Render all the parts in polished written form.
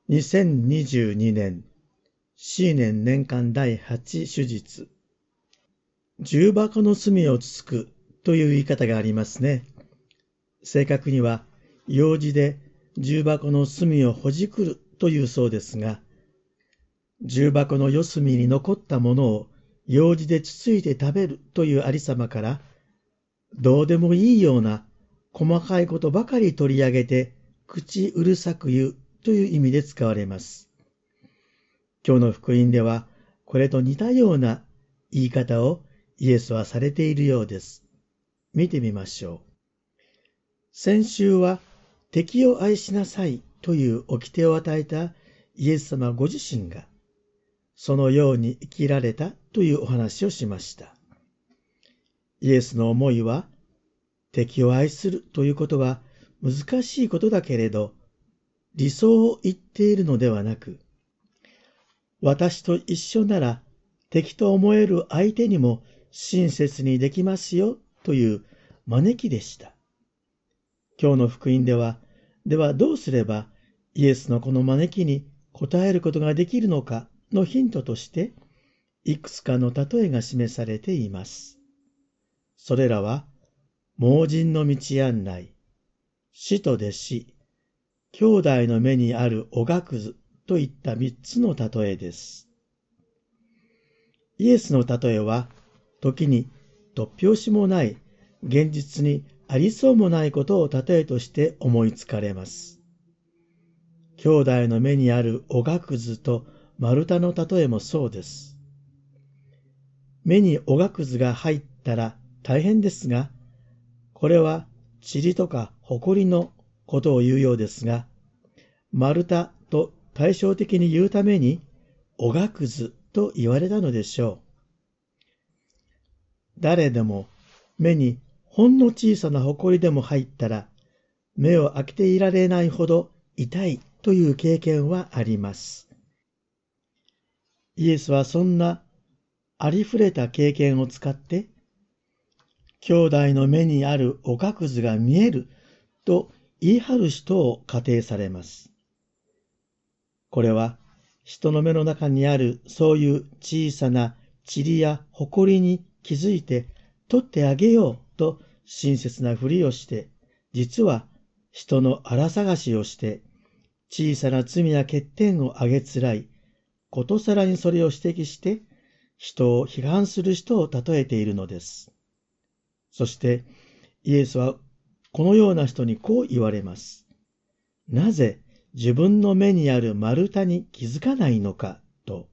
2022年、新年年間第8手術。重箱の隅をつつくという言い方がありますね。正確には、楊枝で重箱の隅をほじくるというそうですが、重箱の四隅に残ったものを楊枝でつついて食べるというありさまから、どうでもいいような細かいことばかり取り上げて口うるさく言うという意味で使われます。今日の福音ではこれと似たような言い方をイエスはされているようです。見てみましょう。先週は敵を愛しなさいという掟を与えたイエス様ご自身がそのように生きられたというお話をしました。イエスの思いは敵を愛するということは難しいことだけれど、理想を言っているのではなく、私と一緒なら敵と思える相手にも親切にできますよという招きでした。今日の福音ではどうすればイエスのこの招きに応えることができるのかのヒントとして、いくつかの例えが示されています。それらは、盲人の道案内、師と弟子、兄弟の目にあるおがくずといった3つの例えです。イエスの例えは、時に突拍子もない、現実にありそうもないことを例えとして思いつかれます。兄弟の目にあるおがくずと丸太の例えもそうです。目におがくずが入ったら大変ですが、これは塵とか埃のことを言うようですが、丸太と対照的に言うために、おがくずと言われたのでしょう。誰でも目にほんの小さな埃でも入ったら、目を開けていられないほど痛いという経験はあります。イエスはそんなありふれた経験を使って、兄弟の目にあるおがくずが見えると言い張る人を仮定されます。これは人の目の中にあるそういう小さな塵や埃に気づいて取ってあげようと親切なふりをして、実は人の荒探しをして小さな罪や欠点をあげつらい、ことさらにそれを指摘して人を批判する人を例えているのです。そしてイエスはこのような人にこう言われます。なぜ自分の目にある丸太に気づかないのかと。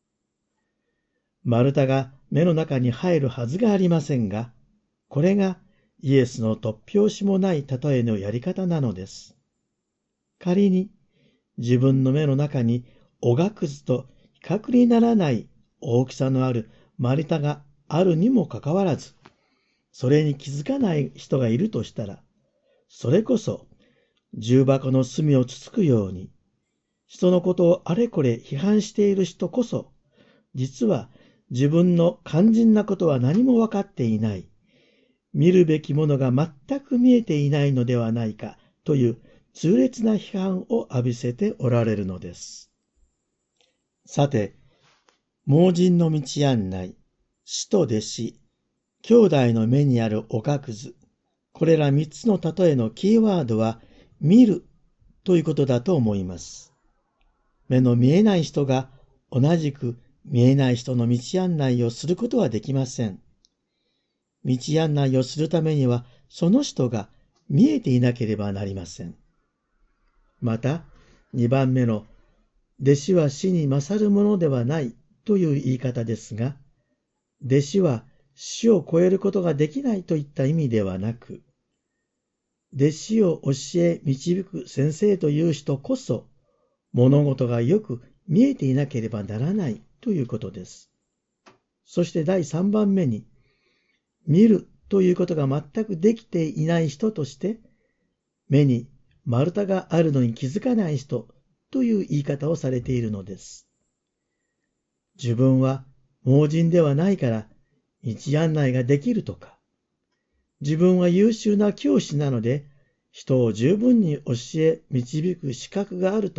丸太が目の中に入るはずがありませんが、これがイエスの突拍子もない例えのやり方なのです。仮に自分の目の中におがくずと比較にならない大きさのある丸太があるにもかかわらず、それに気づかない人がいるとしたら、それこそ重箱の隅をつつくように、人のことをあれこれ批判している人こそ、実は自分の肝心なことは何も分かっていない、見るべきものが全く見えていないのではないかという痛烈な批判を浴びせておられるのです。さて、盲人の道案内、師と弟子、兄弟の目にあるおがくず、これら3つの例えのキーワードは、見るということだと思います。目の見えない人が同じく見えない人の道案内をすることはできません。道案内をするためには、その人が見えていなければなりません。また、2番目の、弟子は師に勝るものではないという言い方ですが、弟子は師を超えることができないといった意味ではなく、弟子を教え導く先生という人こそ、物事がよく見えていなければならないということです。そして第3番目に、見るということが全くできていない人として、目に丸太があるのに気づかない人という言い方をされているのです。自分は盲人ではないから道案内ができるとか、自分は優秀な教師なので人を十分に教え導く資格があると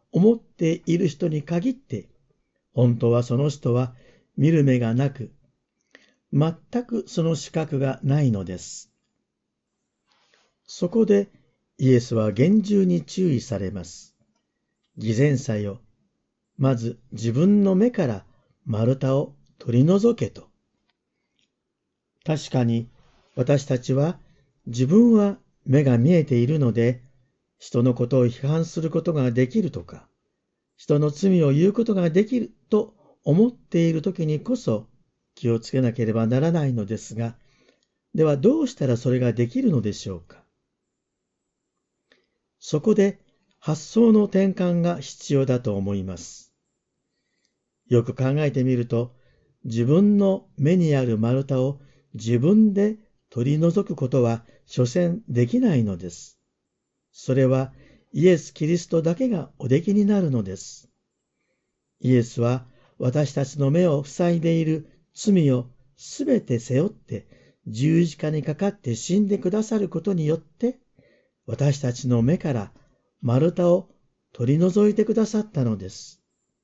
思っている人に限って、本当はその人は見る目がなく、全くその資格がないのです。そこでイエスは厳重に注意されます。偽善者よ、まず自分の目から丸太を取り除けと。確かに私たちは自分は目が見えているので、人のことを批判することができるとか、人の罪を言うことができると思っているときにこそ気をつけなければならないのですが、ではどうしたらそれができるのでしょうか。そこで発想の転換が必要だと思います。よく考えてみると、自分の目にある丸太を自分で取り除くことは所詮できないのです。それはイエス・キリストだけがおできになるのです。イエスは私たちの目を塞いでいる罪をすべて背負って十字架にかかって死んでくださることによって、私たちの目から丸太を取り除いてくださったのです。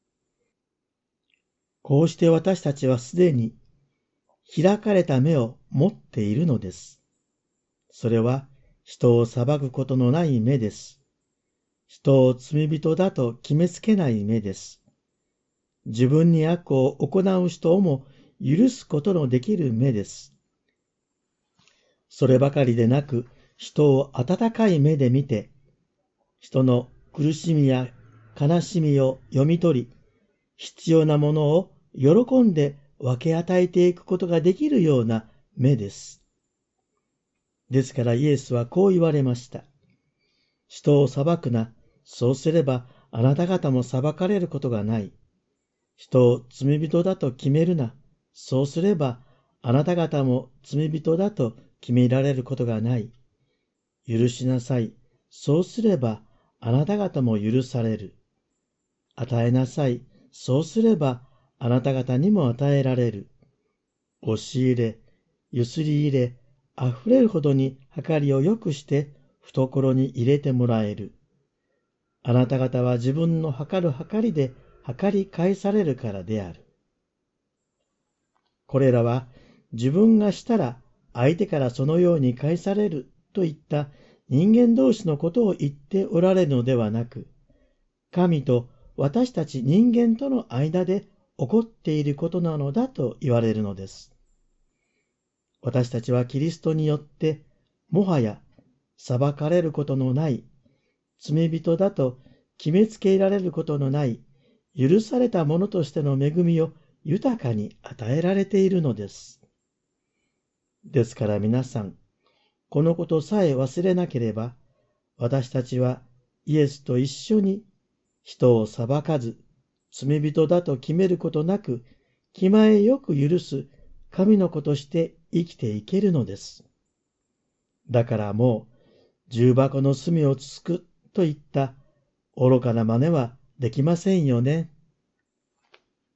こうして私たちはすでに開かれた目を持っているのです。それは人を裁くことのない目です。人を罪人だと決めつけない目です。自分に悪を行う人をも許すことのできる目です。そればかりでなく、人を温かい目で見て、人の苦しみや悲しみを読み取り、必要なものを喜んで分け与えていくことができるような目です。ですからイエスはこう言われました。人を裁くな、そうすればあなた方も裁かれることがない。人を罪人だと決めるな、そうすればあなた方も罪人だと決められることがない。許しなさい、そうすればあなた方も許される。与えなさい、そうすればあなた方にも与えられる。押し入れ、ゆすり入れ、あふれるほどに計りをよくして懐に入れてもらえる。あなた方は自分の計る計りで計り返されるからである。これらは自分がしたら相手からそのように返されるといった人間同士のことを言っておられるのではなく、神と私たち人間との間で起こっていることなのだと言われるのです。私たちはキリストによってもはや裁かれることのない罪人だと決めつけられることのない許されたものとしての恵みを豊かに与えられているのです。ですから皆さん、このことさえ忘れなければ、私たちはイエスと一緒に人を裁かず、罪人だと決めることなく、気前よく許す神の子として生きていけるのです。だからもう、重箱の隅をつつくといった愚かな真似はできませんよね。